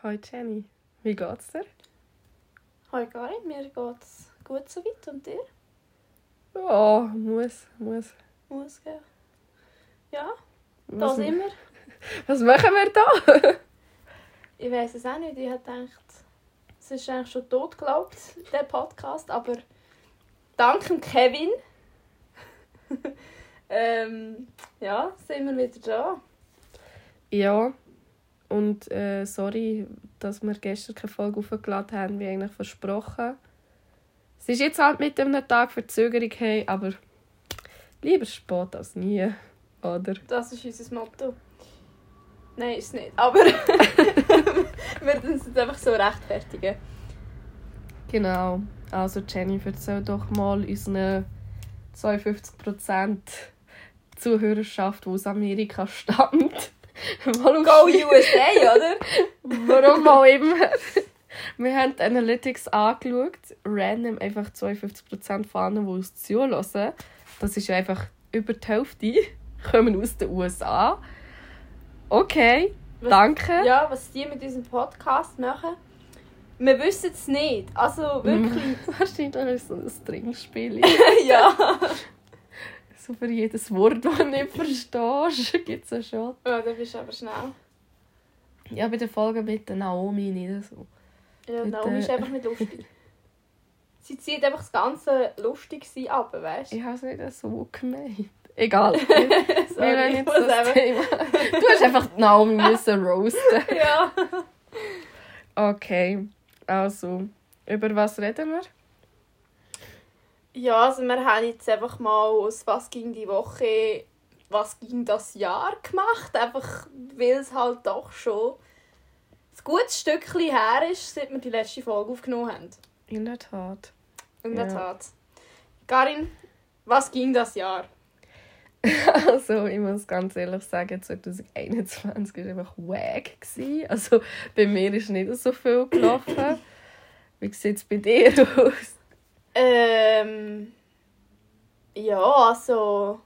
Hoi Jenny, wie geht's dir? Hoi Karin, mir geht's gut soweit und dir? Ja, muss. Muss gehen. Ja, da Was, sind wir. was machen wir da? Ich weiss es auch nicht, ich habe gedacht, es ist eigentlich schon tot geglaubt, der Podcast, aber dank dem Kevin ja, sind wir wieder da. Ja, und sorry, dass wir gestern keine Folge aufgeladen haben, wie eigentlich versprochen. Es ist jetzt halt mit einem Tag Verzögerung, hey, aber lieber spät als nie, oder? Das ist unser Motto. Nein, ist es nicht, aber wir müssen es jetzt einfach so rechtfertigen. Genau, also Jenny, erzähl doch mal unseren 52% Zuhörerschaft, die aus Amerika stammt. Mal Go USA, oder? Warum auch immer. Wir haben die Analytics angeschaut. Random einfach 52% von allen, die uns zuhören. Das ist einfach über die Hälfte. Kommen aus den USA. Okay, danke. Ja, was die mit unserem Podcast machen. Wir wissen es nicht. Also wirklich. Wahrscheinlich ist es so ein Stringspiel. Ja. So für jedes Wort, das du nicht verstehst, gibt es einen Shot. Ja, da bist du aber schnell. Ja, bei der Folge mit der Naomi nicht so. Ja, Mit, Naomi ist einfach nicht lustig. Sie zieht einfach das ganze Lustigsein ab, weißt du? Ich habe es nicht so gemeint. Egal. Wir Sorry, wollen ich jetzt muss das einfach- Thema. Du hast einfach die Naomi müssen roasten. Ja. Okay, also, über was reden wir? Ja, also wir haben jetzt einfach mal aus «Was ging die Woche», «Was ging das Jahr» gemacht. Einfach, weil es halt doch schon ein gutes Stückchen her ist, seit wir die letzte Folge aufgenommen haben. In der Tat. In der Ja. Tat. Karin, was ging das Jahr? Also, ich muss ganz ehrlich sagen, 2021 war einfach wack. Also, bei mir ist nicht so viel gelaufen. Wie sieht es bei dir aus? Ja, also...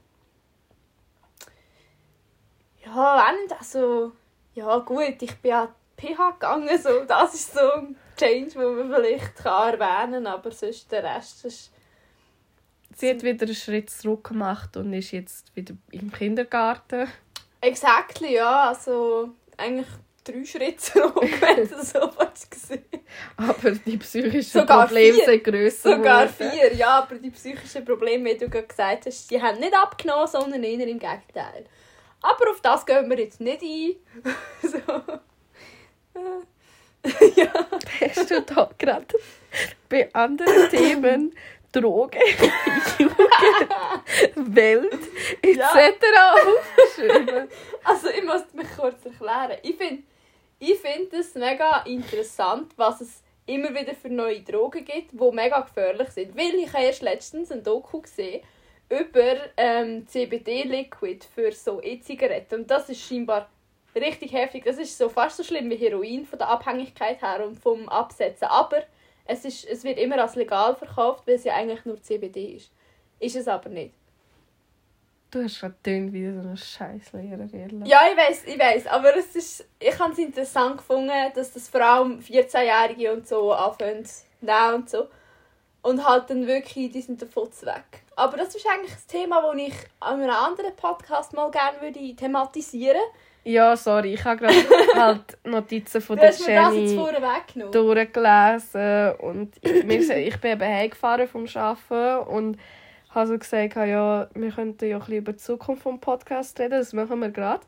Ja, auch nicht, also... Ja gut, ich bin an die PH gegangen, so. Das ist so ein Change, den man vielleicht erwähnen kann, aber sonst der Rest ist... Sie hat wieder einen Schritt zurück gemacht und ist jetzt wieder im Kindergarten. Exactly, ja, also... Eigentlich 3 Schritte zurück, wenn du so gesehen. Aber die psychischen Sogar Probleme 4. sind grösser Sogar geworden. 4, ja, aber die psychischen Probleme, wie du gerade gesagt hast, die haben nicht abgenommen, sondern eher im Gegenteil. Aber auf das gehen wir jetzt nicht ein. So. Ja. Hast du da gerade bei anderen Themen Drogen, Jugend, Welt etc. aufgeschrieben? Also ich muss mich kurz erklären. Ich find es mega interessant, was es immer wieder für neue Drogen gibt, die mega gefährlich sind. Weil ich habe erst letztens ein Doku gesehen über CBD-Liquid für so E-Zigaretten. Und das ist scheinbar richtig heftig. Das ist so fast so schlimm wie Heroin von der Abhängigkeit her und vom Absetzen. Aber es wird immer als legal verkauft, weil es ja eigentlich nur CBD ist. Ist es aber nicht. Du hast schon getönt wie so eine Scheisslehrerin. Ja, ich weiss. Aber ich habe es interessant gefunden, dass das vor allem 14-Jährige und so anfangen zu nehmen und so. Und halt dann wirklich, die sind davon weg. Aber das ist eigentlich das Thema, das ich an einem anderen Podcast mal gerne würde thematisieren. Ja, sorry, ich habe gerade halt Notizen von Du der hast mir das jetzt Jenny vorher weggenommen. durchgelesen und ich bin eben heimgefahren vom Arbeiten und habe so gesagt, ja, wir könnten ja ein bisschen über die Zukunft des Podcasts reden, das machen wir gerade.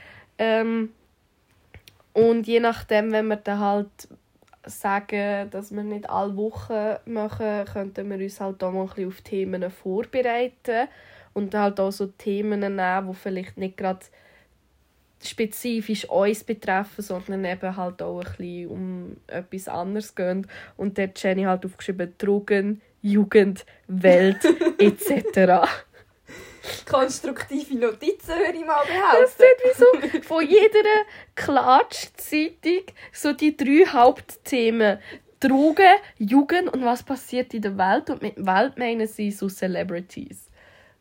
Und je nachdem, wenn wir dann halt sagen, dass wir nicht alle Wochen machen, könnten wir uns halt auch mal ein bisschen auf Themen vorbereiten und halt auch so Themen nehmen, die vielleicht nicht gerade spezifisch uns betreffen, sondern eben halt auch ein bisschen um etwas anderes gehen. Und dort hat Jenny halt aufgeschrieben, Drogen, Jugend, Welt etc. Konstruktive Notizen, würde ich mal Das behaupten. ist wie so von jeder Klatschzeitung so die 3 Hauptthemen. Drogen, Jugend und was passiert in der Welt. Und mit Welt meinen sie so Celebrities.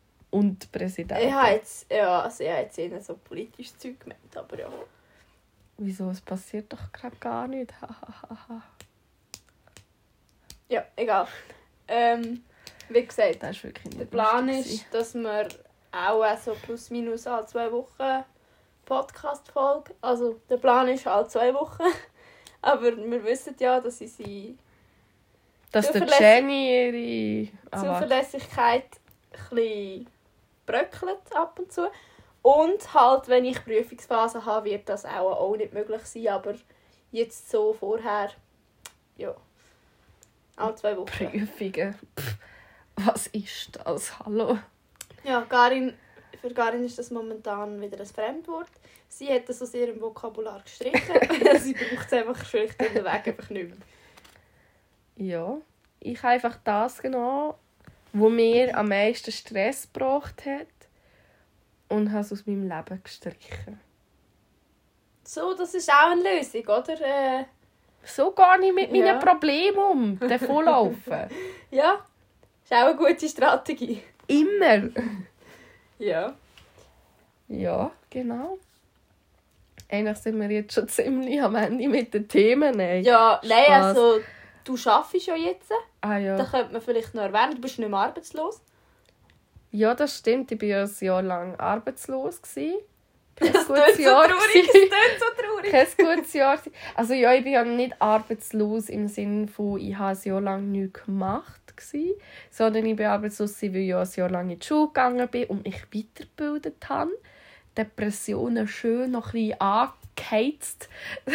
Und Präsidenten. Ich habe jetzt eher so politisches Zeug gemeint, aber ja. Wieso? Es passiert doch gerade gar nichts. Ja, egal. Wie gesagt, Das ist wirklich nicht der Plan lustig ist, dass wir auch so plus minus alle 2 Wochen Podcast-Folge. Also der Plan ist alle 2 Wochen. Aber wir wissen ja, dass unsere dass der Jenny ihre Zuverlässigkeit ein bisschen bröckelt ab und zu. Und halt, wenn ich Prüfungsphase habe, wird das auch nicht möglich sein. Aber jetzt so vorher, ja, alle 2 Wochen. Prüfungen. Was ist das? Hallo? Ja, für Garin ist das momentan wieder ein Fremdwort. Sie hat das aus ihrem Vokabular gestrichen. Sie braucht es einfach schlicht in den Weg einfach nicht mehr. Ja, ich habe einfach das genommen, was mir am meisten Stress gebracht hat und habe es aus meinem Leben gestrichen. So, das ist auch eine Lösung, oder? So gehe ich mit meinen Ja. Problemen um, davonlaufen. Ja, ist auch eine gute Strategie. Immer. Ja. Ja, genau. Eigentlich sind wir jetzt schon ziemlich am Ende mit den Themen. Ja, nein, Spass. also du arbeitest ja jetzt. Ah, ja. Da könnte man vielleicht noch erwähnen, du bist nicht mehr arbeitslos. Ja, das stimmt. Ich war ja ein Jahr lang arbeitslos. Kein Das gutes klingt so Jahr traurig, es gewesen. klingt so traurig. Kein gutes Jahr. Also ja, ich bin ja nicht arbeitslos im Sinne von, ich habe ein Jahr lang nichts gemacht, sondern ich bin arbeitslos, weil ich ja ein Jahr lang in die Schule gegangen bin und mich weitergebildet habe. Depressionen schön noch ein bisschen angeheizt.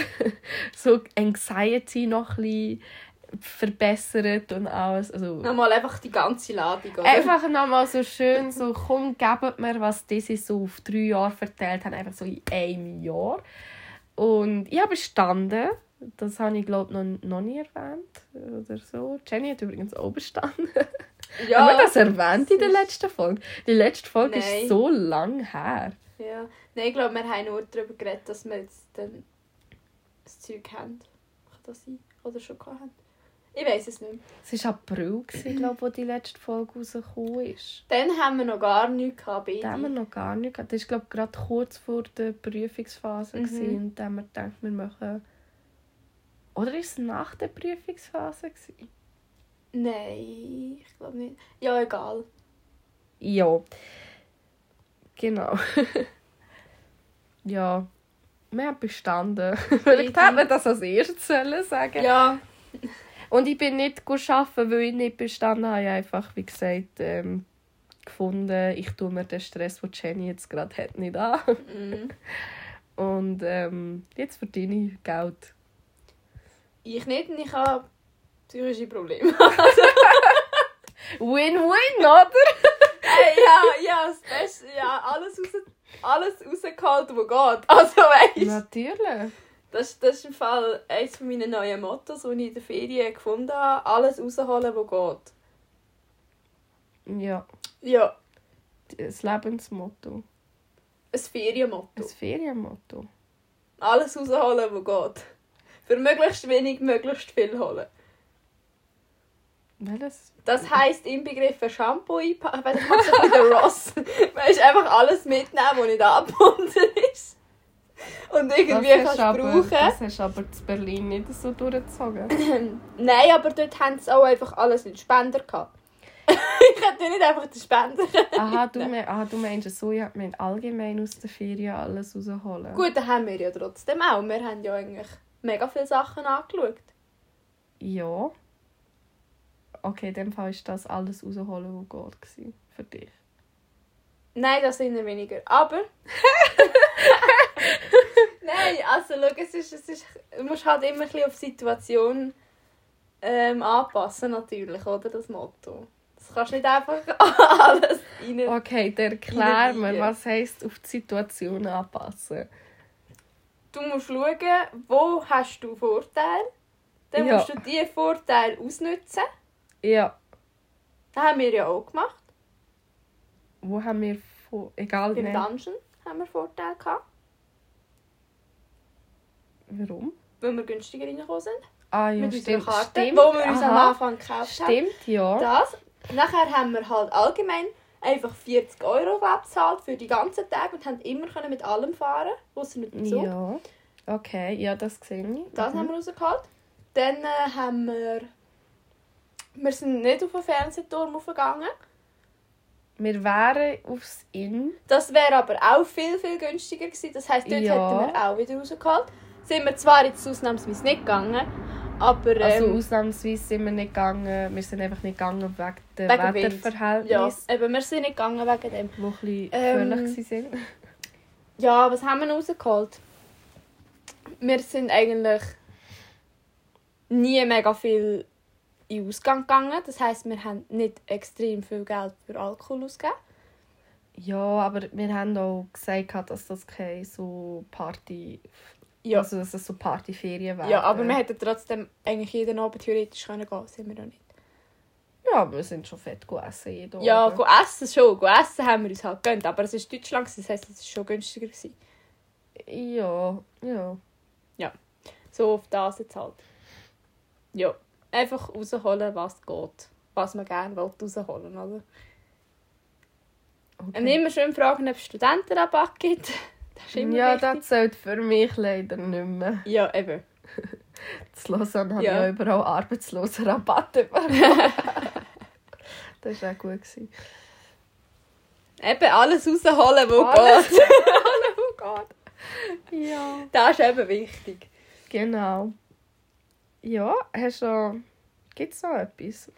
So Anxiety noch ein bisschen verbessert und alles. Also, Nochmal einfach die ganze Ladung, oder? einfach nochmal so schön, so komm, gebt mir, was diese so auf 3 Jahre verteilt haben, einfach so in einem Jahr. Und ich habe bestanden. Das habe ich, glaube ich, noch nie erwähnt. Oder so. Jenny hat übrigens auch bestanden. Ja, Haben wir das erwähnt in der letzten Folge? Die letzte Folge Nein. ist so lang her. Ja. Nein, ich glaube, wir haben nur darüber geredet, dass wir jetzt dann das Zeug haben. Kann das sein? Oder schon gehabt haben? Ich weiss es nicht mehr. Es war April, glaube ich, wo die letzte Folge rausgekommen ist. Dann haben wir noch gar nichts gehabt, beide. Da haben wir noch gar nicht gehabt. Das war, glaube ich, gerade kurz vor der Prüfungsphase. Mhm. Und da haben wir gedacht, wir machen... Oder war es nach der Prüfungsphase? Nein, ich glaube nicht. Ja, egal. Ja. Genau. Ja. Wir haben bestanden. Vielleicht hätte man das als erstes sagen sollen. Ja, Und ich bin nicht arbeiten, weil ich nicht bestanden habe. Ich habe einfach, wie gesagt, gefunden, ich tue mir den Stress, den Jenny jetzt gerade hat, nicht an. mhm. Und jetzt verdiene ich Geld. Ich nicht und ich habe psychische Probleme. Win-win, oder? ja, das Beste, ja, alles rausgeholt, was geht. Also weißt du, Natürlich. das ist im Fall eines meiner neuen Mottos, die ich in der Ferien gefunden habe. Alles rausholen, was geht. Ja, Ja, das Lebensmotto. ein Ferienmotto. Das Ferienmotto. Alles rausholen, was geht. Für möglichst wenig, möglichst viel holen. Welches? Das heisst, inbegriffen Shampoo einpacken. Ich mache so ein bisschen Ross. Weißt, einfach alles mitnehmen, was nicht angebunden ist. Und irgendwie kannst du brauchen. Das hast du aber in Berlin nicht so durchgezogen. Nein, aber dort haben sie auch einfach alles in Spender gehabt. Ich hätte nicht einfach den Spender. Du meinst so, ich habe allgemein aus der Ferien alles rausholen. Gut, dann haben wir ja trotzdem auch. Wir haben ja eigentlich mega viele Sachen angeschaut. Ja. Okay, in dem Fall ist das alles rausholen, was geht für dich. Nein, das sind weniger. Aber... Nein, also schau, du musst halt immer ein bisschen auf die Situation anpassen, natürlich, oder? Das Motto. Das kannst du nicht einfach alles rein... Okay, dann erklär mir, reinbiegen. was heisst auf die Situation anpassen. Du musst schauen, wo hast du Vorteile. Dann Ja. musst du diese Vorteile ausnutzen. Ja. Das haben wir ja auch gemacht. Wo haben wir egal, Beim nein. Dungeon haben wir Vorteile gehabt, Warum? weil wir günstiger reingekommen sind. Ah ja, Mit unserer stimmt. Karte, Stimmt. wo wir uns am Aha. Anfang gekauft haben. Stimmt, ja. Das. Nachher haben wir halt allgemein einfach 40 € gezahlt für die ganzen Tage und haben immer mit allem fahren, ausser mit dem Zug. Ja. Okay, ja, das sehe ich. Das haben wir rausgeholt. Dann haben wir... Wir sind nicht auf den Fernsehturm aufgegangen. Wir wären aufs Inn. Das wäre aber auch viel, viel günstiger gewesen. Das heisst, dort Ja. hätten wir auch wieder rausgeholt. Sind wir zwar jetzt ausnahmsweise nicht gegangen, aber... Also ausnahmsweise sind wir nicht gegangen. Wir sind einfach nicht gegangen wegen der Wegen Wind. Wetterverhältnisse, ja, eben, wir sind nicht gegangen wegen dem. die ein bisschen gefährlich waren. Ja, was haben wir rausgeholt? Wir sind eigentlich nie mega viel in den Ausgang gegangen. Das heisst, wir haben nicht extrem viel Geld für Alkohol ausgegeben. Ja, aber wir haben auch gesagt, dass das keine so Party... Ja. Also, dass es so Partyferien wären. Ja, aber wir hätten trotzdem eigentlich jeden Abend theoretisch gehen können. Sind wir noch nicht. Ja, aber wir sind schon fett gegessen jeden Ja, Abend. essen schon. Essen haben wir uns halt gegönnt. Aber es war Deutschland, das heisst, es war schon günstiger gewesen. Ja. So auf das jetzt halt. Ja, einfach rausholen, was geht. Was man gerne rausholen will, oder? Okay. Und immer schön fragen, ob es Studentenrabatt gibt. Das ist immer Ja, wichtig. das zählt für mich leider nicht mehr. Ja, eben. In Lausanne habe ich Ja. ja überall Arbeitslosenrabatte bekommen. Das war auch gut gewesen. Eben alles rausholen, wo Alles. geht. Oh Gott. Ja. Das ist eben wichtig. Genau. Ja, hast du... Gibt es noch etwas?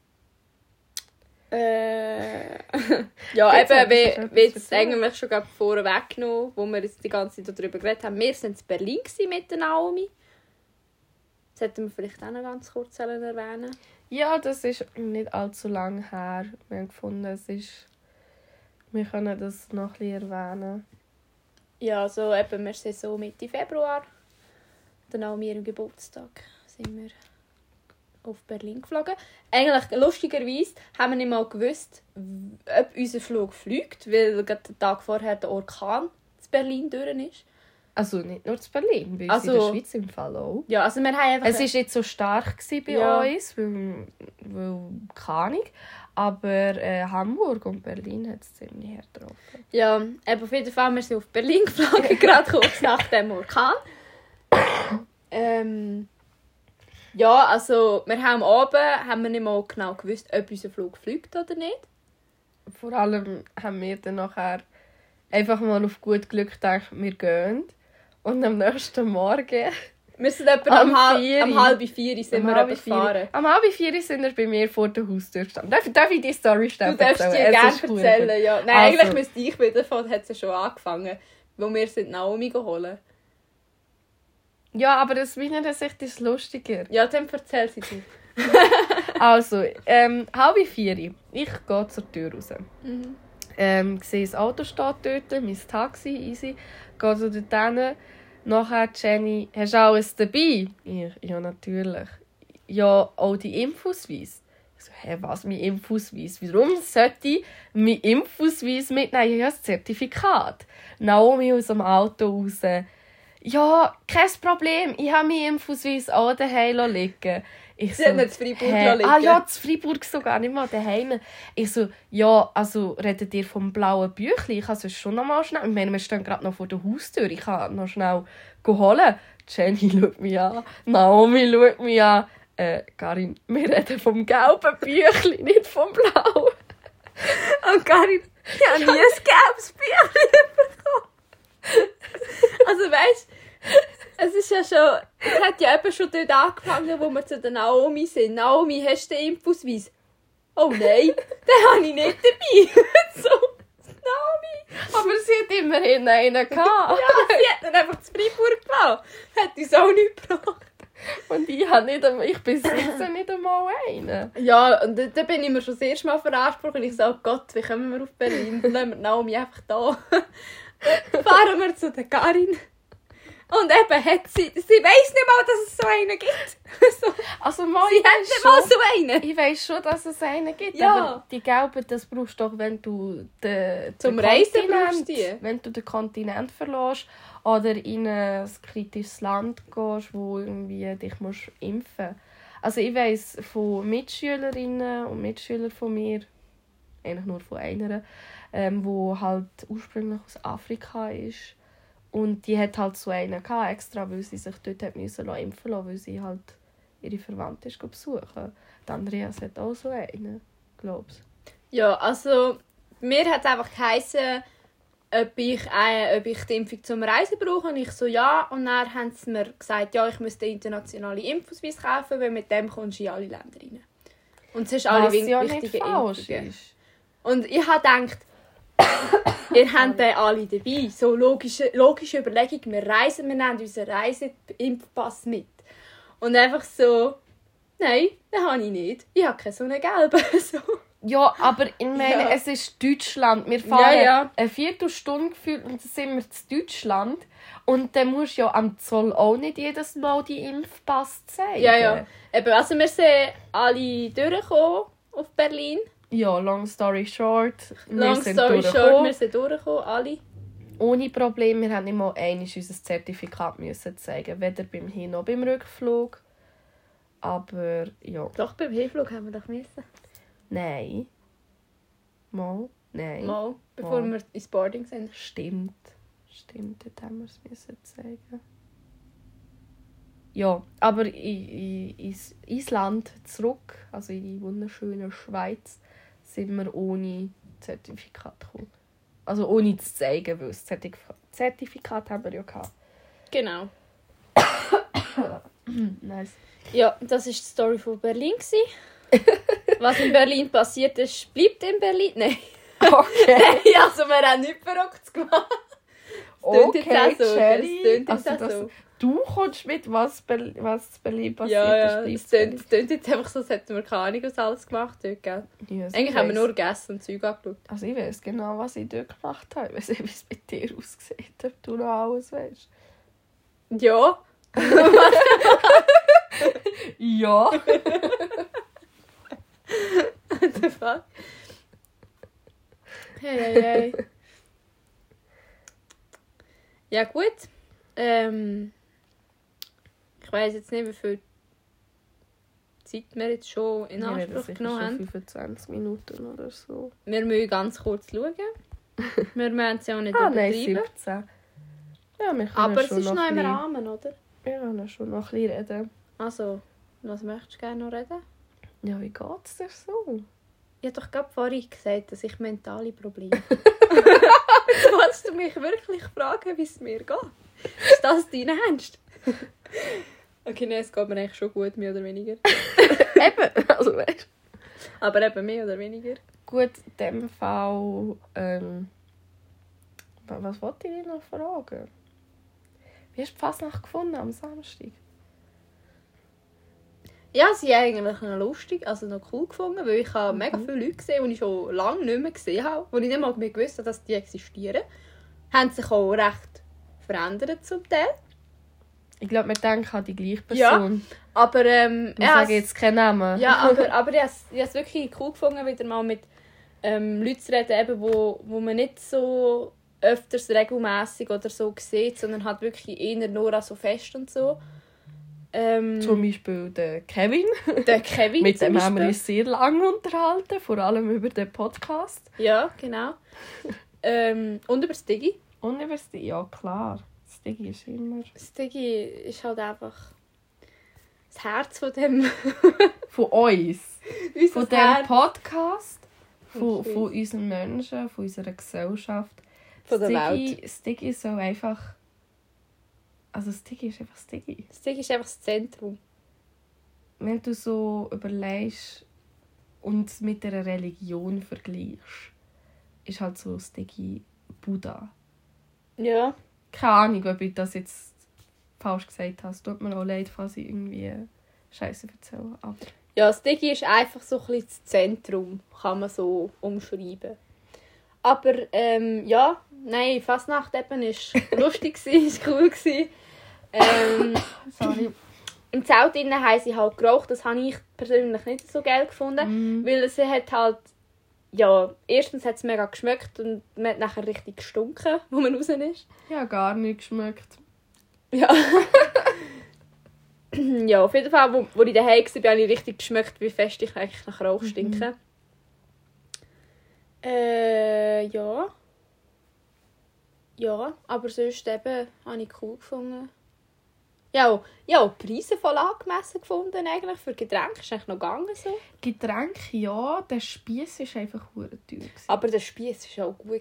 Ja, Jetzt eben, hat es etwas wie jetzt erzählt. eigentlich schon gerade vorher weggenommen, wo wir jetzt die ganze Zeit darüber geredet haben. Wir waren in Berlin mit der Naomi. Das hätten wir vielleicht auch noch ganz kurz erwähnen. Ja, das ist nicht allzu lange her. Wir haben gefunden, wir können das noch ein bisschen erwähnen. Ja, also eben, wir sind so Mitte Februar. Dann an ihrem Geburtstag sind wir auf Berlin geflogen. Eigentlich, lustigerweise, haben wir nicht mal gewusst, ob unser Flug fliegt, weil gerade den Tag vorher der Orkan in Berlin durch ist. Also nicht nur zu Berlin, bei uns Also- in der Schweiz im Fall auch. Ja, also wir haben einfach... Es war nicht so stark bei Ja. uns, weil keine Ahnung. Aber Hamburg und Berlin hat es ziemlich hart getroffen. Ja, eben auf jeden Fall, wir sind auf Berlin geflogen, gerade kurz nach dem Orkan. Ja, also wir haben haben wir nicht mal genau gewusst, ob unser Flug fliegt oder nicht. Vor allem haben wir dann nachher einfach mal auf gut Glück gedacht, wir gehen. Und am nächsten Morgen... Wir sind etwa Am um 4. halb 4 sind wir eben gefahren. Am halb 4 sind wir bei mir vor der Haustür gestanden. Darf ich die Story stellen? Du darfst dir Es gerne ist verdammt erzählen, ja. Nein, Also. eigentlich müsste ich wieder von, hat es ja schon angefangen. Wo wir sind Naomi geholt. Ja, aber aus meiner Sicht ist es lustiger. Ja, dann erzähl sie dir. Also, halb 4. Ich gehe zur Tür raus. Sehe das Auto steht dort, mein Taxi, easy. Gehe so dort hin. Nachher, Jenny, hast du alles dabei? Ich, ja, natürlich. Ja, auch die Impfausweis. Ich so, was, mein Impfausweis? Warum sollte ich mein Impfausweis mitnehmen? Ja, das Zertifikat. Naomi aus dem Auto raus. Ja, kein Problem, ich habe meinen Impfausweis auch daheim liegen. Ich Sie hat ihn in Freiburg liegen. Ah ja, in Freiburg sogar, nicht mal daheim. Ich so, ja, also redet ihr vom blauen Büchlein? Ich kann es schon noch mal schnell... Ich meine, wir stehen gerade noch vor der Haustür. Ich kann noch schnell holen. Jenny schaut mich an. Naomi schaut mich an. Karin, wir reden vom gelben Büchlein, nicht vom blauen. Und Karin, ich habe nie ein gelbes Büchlein bekommen. Also weißt du, es ist ja schon... Es hat ja eben schon dort angefangen, wo wir zu der Naomi sind. Naomi, hast du den Impfausweis? Oh nein, den habe ich nicht dabei. So, Naomi. Aber sie hat immerhin einen gehabt. Ja, sie hat dann einfach zu Freiburg gelassen. Hat uns auch nicht gebracht. Und ich besitze nicht einmal einen. Ja, und da bin ich mir schon das erste Mal verarscht worden. Ich so, oh Gott, wie kommen wir auf Berlin? Dann lassen wir Naomi einfach da. Dann fahren wir zu der Karin. Und eben hat sie weiss nicht mal, dass es so einen gibt. So, Also mal, sie hat nicht mal so einen. Ich weiss schon, dass es einen gibt, Ja. aber die gelben, das brauchst du doch, wenn du Zum den Reisen Kontinent- brauchst du die. Wenn du den Kontinent verlässt oder in ein kritisches Land gehst, wo irgendwie dich musst impfen. Also ich weiss von Mitschülerinnen und Mitschülern von mir, eigentlich nur von einer, wo halt ursprünglich aus Afrika ist Und die hat halt so einen gehabt, extra, weil sie sich dort hat müssen impfen lassen, weil sie halt ihre Verwandte ist besuchen. Die Andreas hat auch so einen, glaubst du? Ja, also mir hat es einfach geheißen, ob ich die Impfung zum Reisen brauche. Und ich so, ja. Und dann haben sie mir gesagt, ja, ich müsste internationale Impfausweis kaufen, weil mit dem kommst du in alle Länder rein. Und es ist alle wichtige Impfungen. Ist. Und ich habe gedacht, ihr habt den alle dabei. So logische Überlegung, wir reisen, wir nehmen unseren Reiseimpfpass mit. Und einfach so, nein, den habe ich nicht. Ich habe keinen so einen gelben. So. Ja, aber ich meine, es ist Deutschland. Wir fahren eine Viertelstunde gefühlt und dann sind wir in Deutschland. Und dann musst du ja am Zoll auch nicht jedes Mal die Impfpass zeigen. Ja. Eben, also wir sind alle durchgekommen auf Berlin. Ja, long story short. Wir sind durchgekommen, alle. Ohne Probleme. Wir haben nicht mal einmal unser Zertifikat müssen zeigen. Weder beim Hin- noch beim Rückflug. Aber ja. Doch, beim Hinflug haben wir doch müssen. Nein. Nein. Mal, bevor wir ins Boarding sind. Stimmt, dort haben wir es müssen zeigen. Ja, aber ins Land zurück, also in die wunderschöne Schweiz, sind wir ohne Zertifikat gekommen. Also ohne zu zeigen, weil das Zertifikat haben wir ja gehabt. Genau. Nice. Ja, das war die Story von Berlin. Was in Berlin passiert ist, bleibt in Berlin. Nein. Okay. Nein, also wir haben nichts Verrücktes gemacht. Okay, Cherry. So. Du kommst mit, was in Berlin passiert ja, ist. Es klingt jetzt einfach so, als hätten wir keine Ahnung, was alles gemacht dort, gell? Ja, eigentlich haben wir nur gegessen und Zeug angeschaut. Also ich weiss genau, was ich dort gemacht habe. Ich weiss nicht, wie es mit dir aussieht, ob du noch alles weißt. Ja. Ja. What the fuck? Hey. Ja gut. Ich weiss jetzt nicht, wie viel Zeit wir jetzt schon in Anspruch genommen haben. 25 Minuten oder so. Wir müssen ganz kurz schauen. Wir müssen es ja auch nicht nein, übertreiben. 17. Ja, wir können aber es schon ist noch im Rahmen, oder? Wir können schon noch ein bisschen reden. Also, was möchtest du gerne noch reden? Ja, wie geht es dir so? Ich habe doch gerade vorhin gesagt, dass ich mentale Probleme habe. Jetzt wolltest du mich wirklich fragen, wie es mir geht. Ist das dein Ernst? Okay, nein, es geht mir eigentlich schon gut, mehr oder weniger. Eben, also weißt du. Aber eben mehr oder weniger. Gut, in dem Fall, was wollte ich dir noch fragen? Wie hast du die Fasnacht gefunden am Samstag? Ja, sie haben eigentlich noch lustig, also noch cool gefunden, weil ich habe mega viele Leute gesehen, die ich schon lange nicht mehr gesehen habe, die ich nicht mal gewusst habe, dass die existieren. Haben sich auch recht verändert zum Teil. Ich glaube, wir denken an die gleiche Person. Ja, aber ich sage jetzt keinen Namen. Ja, aber ich habe es wirklich cool gefunden, wieder mal mit Leuten zu reden, eben, wo man nicht so öfters regelmässig oder so sieht, sondern halt wirklich eher nur an so Fest und so. Zum Beispiel der Kevin. Der Kevin mit dem haben wir uns sehr lange unterhalten, vor allem über den Podcast. Ja, genau. Und über das Digi. Und über das Digi, ja klar. Das Digi ist immer... Das Digi ist halt einfach das Herz von dem... von uns. Von dem Podcast. Von unseren Menschen, von unserer Gesellschaft. Von der Welt. Das Digi ist so einfach... Also das Digi ist einfach das Digi. Das Digi ist einfach das Zentrum. Wenn du so überlegst und es mit einer Religion vergleichst, ist halt so das Digi Buddha. Ja. Keine Ahnung, ob ich das jetzt falsch gesagt habe. Es tut mir auch leid, falls ich irgendwie Scheiße erzähle. Aber ja, das Digi ist einfach so ein bisschen das Zentrum, kann man so umschreiben. Aber ja, nein, Fasnacht eben war lustig, war cool. sorry. Im Zelt innen haben sie halt geraucht, das habe ich persönlich nicht so geil gefunden, weil es hat halt, ja, erstens hat es mega geschmeckt und man hat nachher richtig gestunken, wo man raus ist. Ja, gar nicht geschmeckt. Ja. Ja, auf jeden Fall, wo ich daheim war, habe ich richtig geschmeckt, wie fest ich eigentlich nach Rauch stinke. Ja. Ja, aber sonst eben habe ich cool gefunden. Ja, die Preise voll angemessen gefunden eigentlich. Für Getränke ist eigentlich noch gegangen so. Getränke, ja, der Spiess war einfach teuer. Aber der Spiess war auch gut.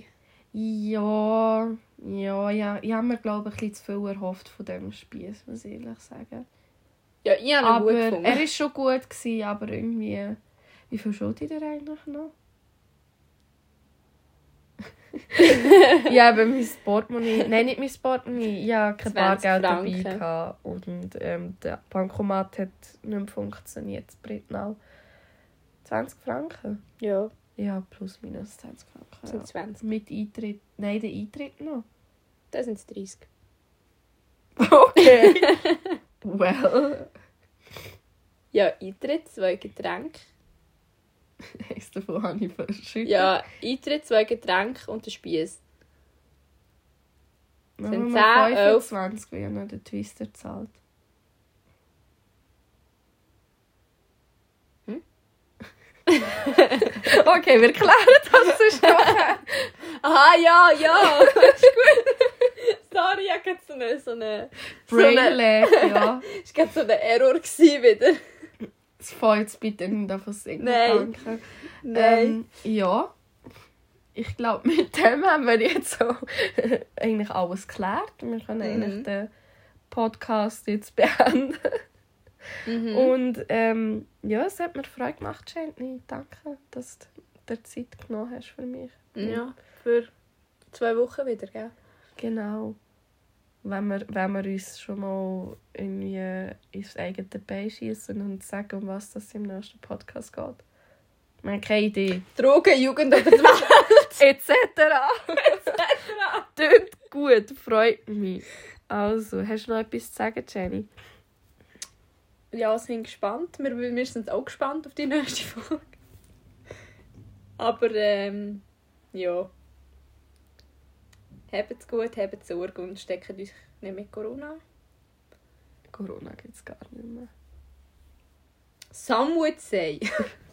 Ja, ich habe mir glaube ich ein bisschen zu viel erhofft von diesem Spiess, muss ich ehrlich sagen. Ja, ich habe ihn Aber gut gefunden. er war schon gut gewesen, aber irgendwie... Wie viel schaut ihr eigentlich noch? Ja, aber mein Portemonnaie... Nein, nicht mein Portemonnaie. Ich hatte kein 20 Bargeld dabei. Franken. Gehabt. Und der Bankomat hat nicht mehr funktioniert. Britnau. 20 Franken? Ja, Ja, plus minus 20 Franken. das sind Ja. 20. Mit Eintritt... Nein, der Eintritt noch. Da sind es 30. Okay. Well... Ja, Eintritt, 2 Getränke. Eins davon habe ich verschüttet. Ja, Eintritt, 2 Getränke und der Spiess. Dann sind haben 10, wir 11. 25, weil ich noch den Twister zahlt. Okay, wir klären das sonst noch. Aha, ja. Ist gut. Sorry, ich hatte so eine Brainlag, ja. Es war so ein Error wieder. Das fällt jetzt bitte nicht davon singen. Nein. Danke. Nein. Ja. Ich glaube, mit dem haben wir jetzt so eigentlich alles geklärt. Wir können eigentlich den Podcast jetzt beenden. Und ja, es hat mir Freude gemacht, Jenny. Danke, dass du dir Zeit genommen hast für mich. Ja, für 2 Wochen wieder, gell? Genau. Wenn wir uns schon mal irgendwie ins eigene Bein schiessen und sagen, um was das im nächsten Podcast geht. Wir haben keine Idee. Drogen, Jugend oder die Welt. Etc. Tönt gut, freut mich. Also, hast du noch etwas zu sagen, Jenny? Ja, sind gespannt. Wir sind auch gespannt auf die nächste Folge. Aber, ja. Habt's gut, habt Sorge und steckt euch nicht mit Corona an. Corona gibt es gar nicht mehr. Some would say.